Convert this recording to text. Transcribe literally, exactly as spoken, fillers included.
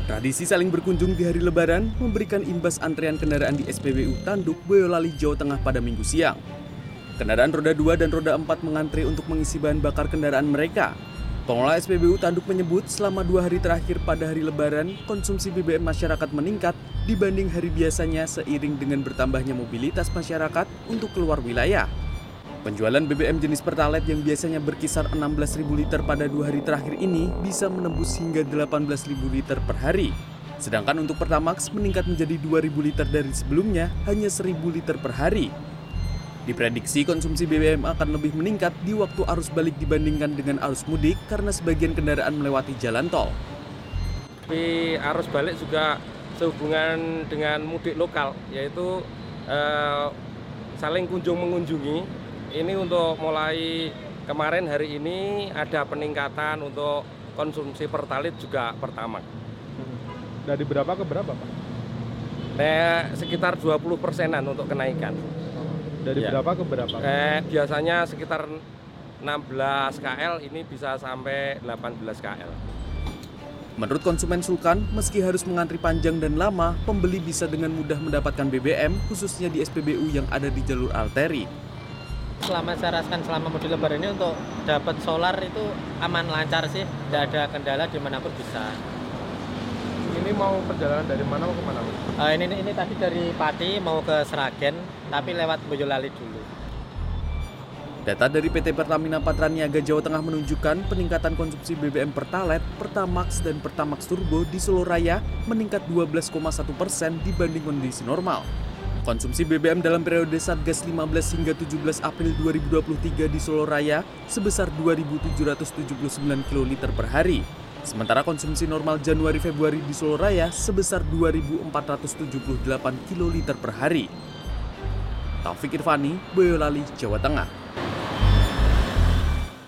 Tradisi saling berkunjung di hari Lebaran memberikan imbas antrean kendaraan di S P B U Tanduk, Boyolali, Jawa Tengah pada Minggu siang. Kendaraan roda dua dan roda empat mengantre untuk mengisi bahan bakar kendaraan mereka. Pengelola S P B U Tanduk menyebut selama dua hari terakhir pada hari Lebaran, konsumsi B B M masyarakat meningkat dibanding hari biasanya seiring dengan bertambahnya mobilitas masyarakat untuk keluar wilayah. Penjualan B B M jenis Pertalite yang biasanya berkisar enam belas ribu liter pada dua hari terakhir ini bisa menembus hingga delapan belas ribu liter per hari. Sedangkan untuk Pertamax meningkat menjadi dua ribu liter dari sebelumnya hanya seribu liter per hari. Diprediksi konsumsi B B M akan lebih meningkat di waktu arus balik dibandingkan dengan arus mudik karena sebagian kendaraan melewati jalan tol. Tapi arus balik juga sehubungan dengan mudik lokal, yaitu eh, saling kunjung mengunjungi. Ini untuk mulai kemarin hari ini ada peningkatan untuk konsumsi Pertalite juga Pertamax. Dari berapa ke berapa, Pak? Nah, sekitar dua puluh persenan untuk kenaikan. Dari ya. berapa ke berapa? Eh, biasanya sekitar enam belas K L, ini bisa sampai delapan belas K L. Menurut konsumen Sulkan, meski harus mengantri panjang dan lama, pembeli bisa dengan mudah mendapatkan B B M, khususnya di S P B U yang ada di jalur arteri. Selama saya rasakan selama mudik lebaran ini untuk dapat solar itu aman lancar sih, tidak ada kendala dimanapun bisa. Ini mau perjalanan dari mana mau ke mana? Uh, ini ini tadi dari Pati mau ke Sragen, tapi lewat Boyolali dulu. Data dari P T Pertamina Patraniaga Jawa Tengah menunjukkan peningkatan konsumsi B B M Pertalite, Pertamax, dan Pertamax Turbo di Solo Raya meningkat dua belas koma satu persen dibanding kondisi normal. Konsumsi B B M dalam periode Satgas lima belas hingga tujuh belas April dua ribu dua puluh tiga di Solo Raya sebesar dua ribu tujuh ratus tujuh puluh sembilan kiloliter per hari. Sementara konsumsi normal Januari-Februari di Solo Raya sebesar dua ribu empat ratus tujuh puluh delapan kiloliter per hari. Taufik Irvani, Boyolali, Jawa Tengah.